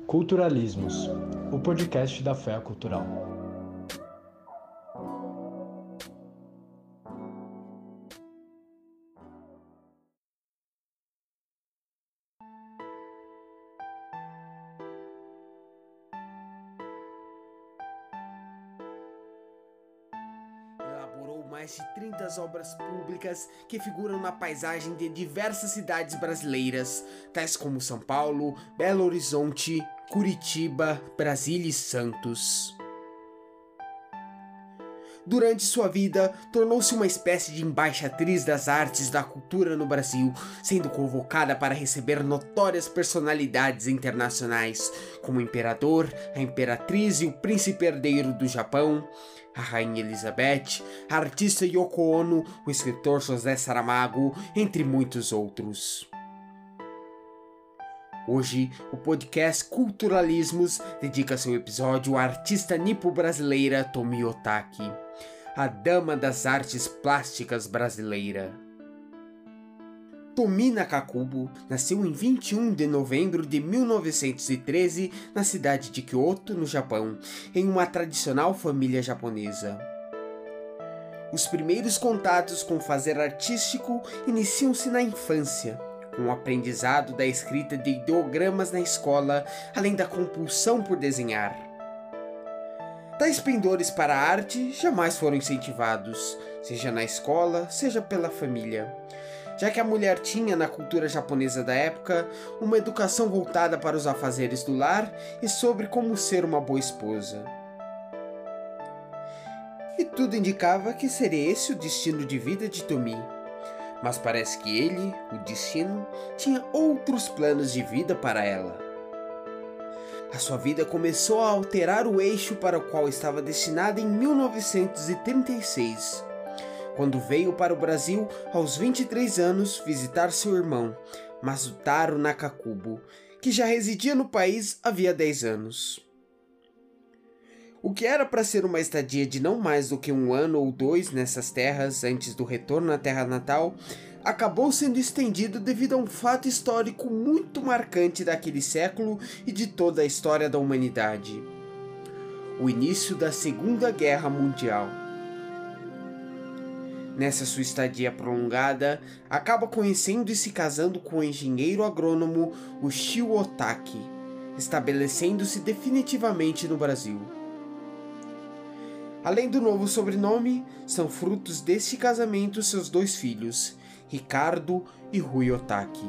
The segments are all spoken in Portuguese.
Culturalismos, o podcast da Fé Cultural. Elaborou mais de 30 obras públicas que figuram na paisagem de diversas cidades brasileiras, tais como São Paulo, Belo Horizonte, Curitiba, Brasília e Santos. Durante sua vida, tornou-se uma espécie de embaixatriz das artes e da cultura no Brasil, sendo convocada para receber notórias personalidades internacionais, como o imperador, a imperatriz e o príncipe herdeiro do Japão, a rainha Elizabeth, a artista Yoko Ono, o escritor José Saramago, entre muitos outros. Hoje, o podcast Culturalismos dedica seu episódio à artista nipo-brasileira Tomi Otaki, a dama das artes plásticas brasileira. Tomi Nakakubo nasceu em 21 de novembro de 1913 na cidade de Kyoto, no Japão, em uma tradicional família japonesa. Os primeiros contatos com o fazer artístico iniciam-se na infância, com o aprendizado da escrita de ideogramas na escola, além da compulsão por desenhar. Tais pendores para a arte jamais foram incentivados, seja na escola, seja pela família, já que a mulher tinha, na cultura japonesa da época, uma educação voltada para os afazeres do lar e sobre como ser uma boa esposa. E tudo indicava que seria esse o destino de vida de Tomi. Mas parece que ele, o destino, tinha outros planos de vida para ela. A sua vida começou a alterar o eixo para o qual estava destinada em 1936, quando veio para o Brasil aos 23 anos visitar seu irmão, Masutaro Nakakubo, que já residia no país havia 10 anos. O que era para ser uma estadia de não mais do que 1 ano ou 2 nessas terras antes do retorno à terra natal, acabou sendo estendido devido a um fato histórico muito marcante daquele século e de toda a história da humanidade: o início da Segunda Guerra Mundial. Nessa sua estadia prolongada, acaba conhecendo e se casando com o engenheiro agrônomo Ushio Otaki, estabelecendo-se definitivamente no Brasil. Além do novo sobrenome, são frutos deste casamento seus 2 filhos, Ricardo e Rui Otaki.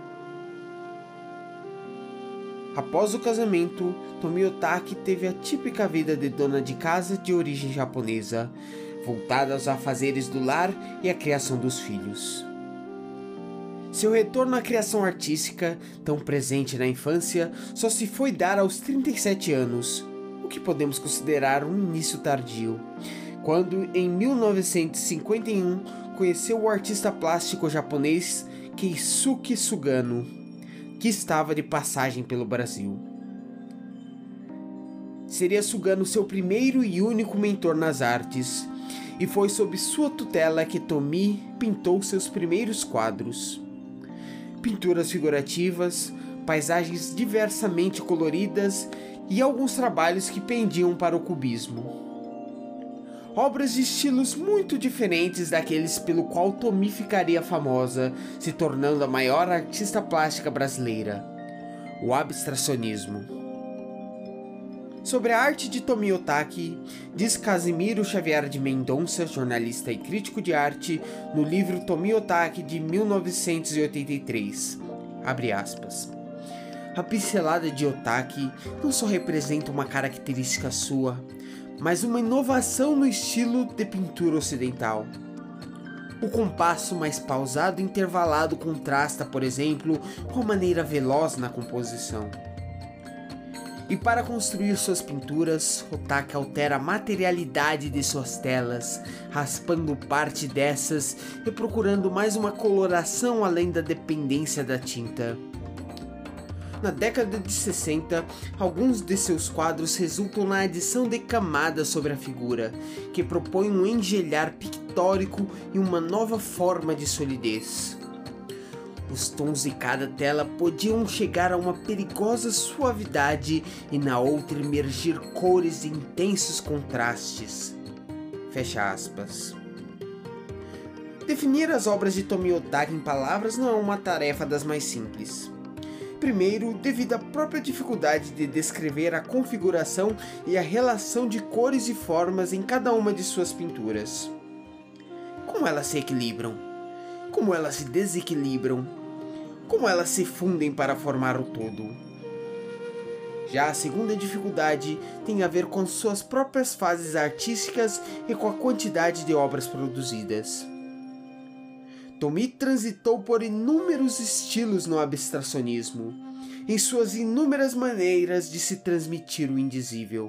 Após o casamento, Tomi Otaki teve a típica vida de dona de casa de origem japonesa, voltada aos afazeres do lar e à criação dos filhos. Seu retorno à criação artística, tão presente na infância, só se foi dar aos 37 anos, o que podemos considerar um início tardio, quando em 1951 conheceu o artista plástico japonês Keisuke Sugano, que estava de passagem pelo Brasil. Seria Sugano seu primeiro e único mentor nas artes, e foi sob sua tutela que Tomi pintou seus primeiros quadros. Pinturas figurativas, paisagens diversamente coloridas e alguns trabalhos que pendiam para o cubismo. Obras de estilos muito diferentes daqueles pelo qual Tomi ficaria famosa, se tornando a maior artista plástica brasileira: o abstracionismo. Sobre a arte de Tomi Otaki, diz Casimiro Xavier de Mendonça, jornalista e crítico de arte, no livro Tomi Otaki de 1983, abre aspas: a pincelada de Otaki não só representa uma característica sua, mas uma inovação no estilo de pintura ocidental. O compasso mais pausado e intervalado contrasta, por exemplo, com a maneira veloz na composição. E para construir suas pinturas, Otaki altera a materialidade de suas telas, raspando parte dessas e procurando mais uma coloração além da dependência da tinta. Na década de 60, alguns de seus quadros resultam na adição de camadas sobre a figura, que propõe um engelhar pictórico e uma nova forma de solidez. Os tons de cada tela podiam chegar a uma perigosa suavidade e na outra emergir cores de intensos contrastes. Fecha aspas. Definir as obras de Tomiotaki em palavras não é uma tarefa das mais simples. Primeiro, devido à própria dificuldade de descrever a configuração e a relação de cores e formas em cada uma de suas pinturas. Como elas se equilibram? Como elas se desequilibram? Como elas se fundem para formar o todo? Já a segunda dificuldade tem a ver com suas próprias fases artísticas e com a quantidade de obras produzidas. Tomi transitou por inúmeros estilos no abstracionismo, em suas inúmeras maneiras de se transmitir o indizível.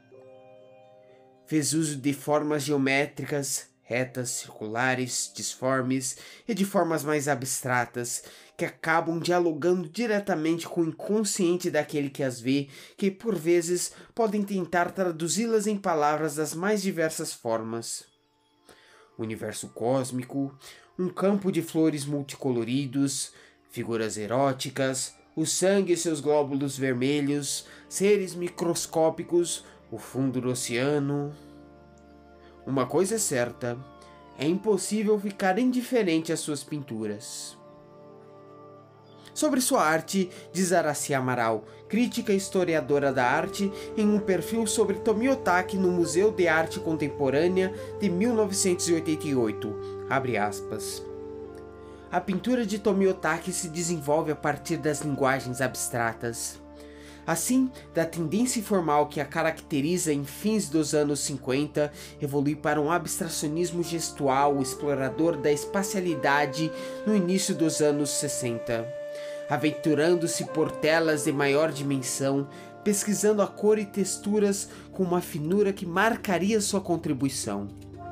Fez uso de formas geométricas, retas, circulares, disformes e de formas mais abstratas, que acabam dialogando diretamente com o inconsciente daquele que as vê, que por vezes podem tentar traduzi-las em palavras das mais diversas formas. Universo cósmico, um campo de flores multicoloridos, figuras eróticas, o sangue e seus glóbulos vermelhos, seres microscópicos, o fundo do oceano. Uma coisa é certa, é impossível ficar indiferente às suas pinturas. Sobre sua arte, diz Aracy Amaral, crítica e historiadora da arte, em um perfil sobre Tomiotaki no Museu de Arte Contemporânea de 1988, abre aspas. A pintura de Tomiotaki se desenvolve a partir das linguagens abstratas. Assim, da tendência informal que a caracteriza em fins dos anos 50, evolui para um abstracionismo gestual explorador da espacialidade no início dos anos 60. Aventurando-se por telas de maior dimensão, pesquisando a cor e texturas com uma finura que marcaria sua contribuição.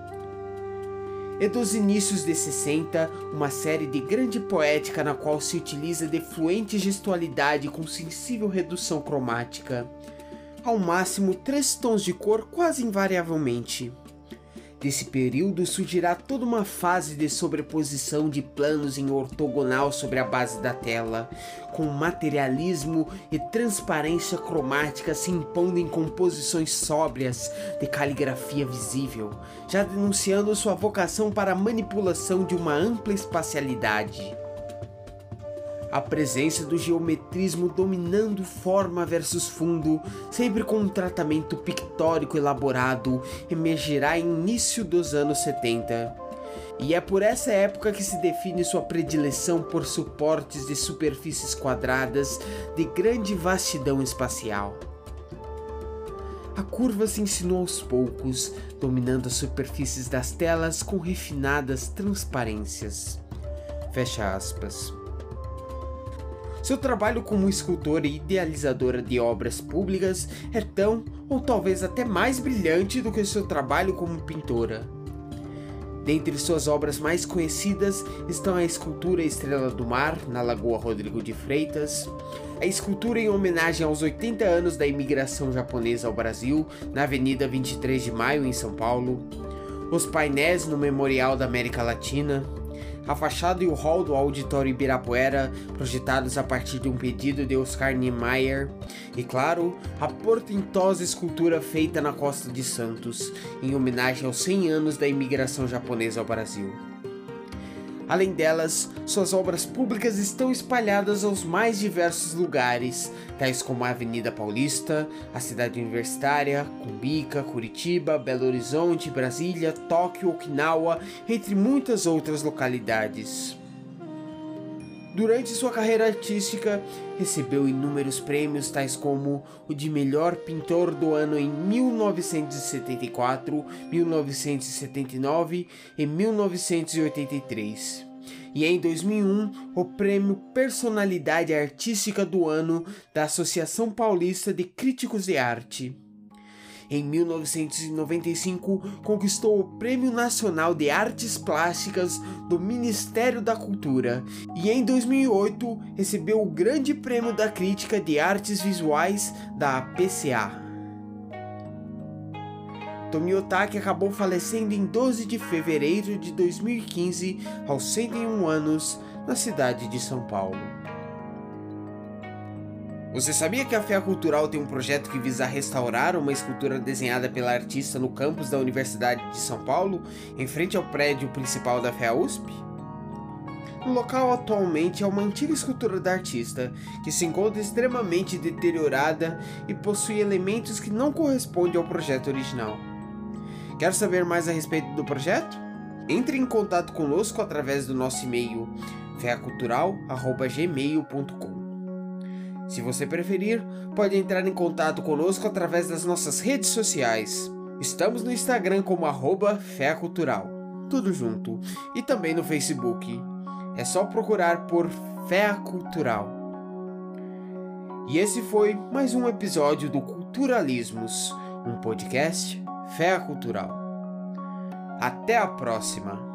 E dos inícios de 60, uma série de grande poética na qual se utiliza de fluente gestualidade com sensível redução cromática. Ao máximo 3 tons de cor quase invariavelmente. Desse período surgirá toda uma fase de sobreposição de planos em ortogonal sobre a base da tela, com materialismo e transparência cromática se impondo em composições sóbrias de caligrafia visível, já denunciando sua vocação para a manipulação de uma ampla espacialidade. A presença do geometrismo dominando forma versus fundo, sempre com um tratamento pictórico elaborado, emergirá em início dos anos 70. E é por essa época que se define sua predileção por suportes de superfícies quadradas de grande vastidão espacial. A curva se ensinou aos poucos, dominando as superfícies das telas com refinadas transparências. Fecha aspas. Seu trabalho como escultora e idealizadora de obras públicas é tão, ou talvez até mais brilhante do que seu trabalho como pintora. Dentre suas obras mais conhecidas estão a escultura Estrela do Mar, na Lagoa Rodrigo de Freitas, a escultura em homenagem aos 80 anos da imigração japonesa ao Brasil, na Avenida 23 de Maio, em São Paulo, os painéis no Memorial da América Latina, a fachada e o hall do Auditório Ibirapuera, projetados a partir de um pedido de Oscar Niemeyer, e claro, a portentosa escultura feita na Costa de Santos, em homenagem aos 100 anos da imigração japonesa ao Brasil. Além delas, suas obras públicas estão espalhadas aos mais diversos lugares, tais como a Avenida Paulista, a Cidade Universitária, Cumbica, Curitiba, Belo Horizonte, Brasília, Tóquio, Okinawa, entre muitas outras localidades. Durante sua carreira artística, recebeu inúmeros prêmios tais como o de melhor pintor do ano em 1974, 1979 e 1983. E em 2001, o prêmio Personalidade Artística do Ano da Associação Paulista de Críticos de Arte. Em 1995, conquistou o Prêmio Nacional de Artes Plásticas do Ministério da Cultura e em 2008 recebeu o Grande Prêmio da Crítica de Artes Visuais da APCA. Tomiotaki acabou falecendo em 12 de fevereiro de 2015, aos 101 anos, na cidade de São Paulo. Você sabia que a FEA Cultural tem um projeto que visa restaurar uma escultura desenhada pela artista no campus da Universidade de São Paulo, em frente ao prédio principal da FEA USP? O local atualmente é uma antiga escultura da artista, que se encontra extremamente deteriorada e possui elementos que não correspondem ao projeto original. Quer saber mais a respeito do projeto? Entre em contato conosco através do nosso e-mail feacultural@gmail.com. Se você preferir, pode entrar em contato conosco através das nossas redes sociais. Estamos no Instagram como @feacultural, tudo junto, e também no Facebook. É só procurar por FEA Cultural. E esse foi mais um episódio do Culturalismos, um podcast FEA Cultural. Até a próxima!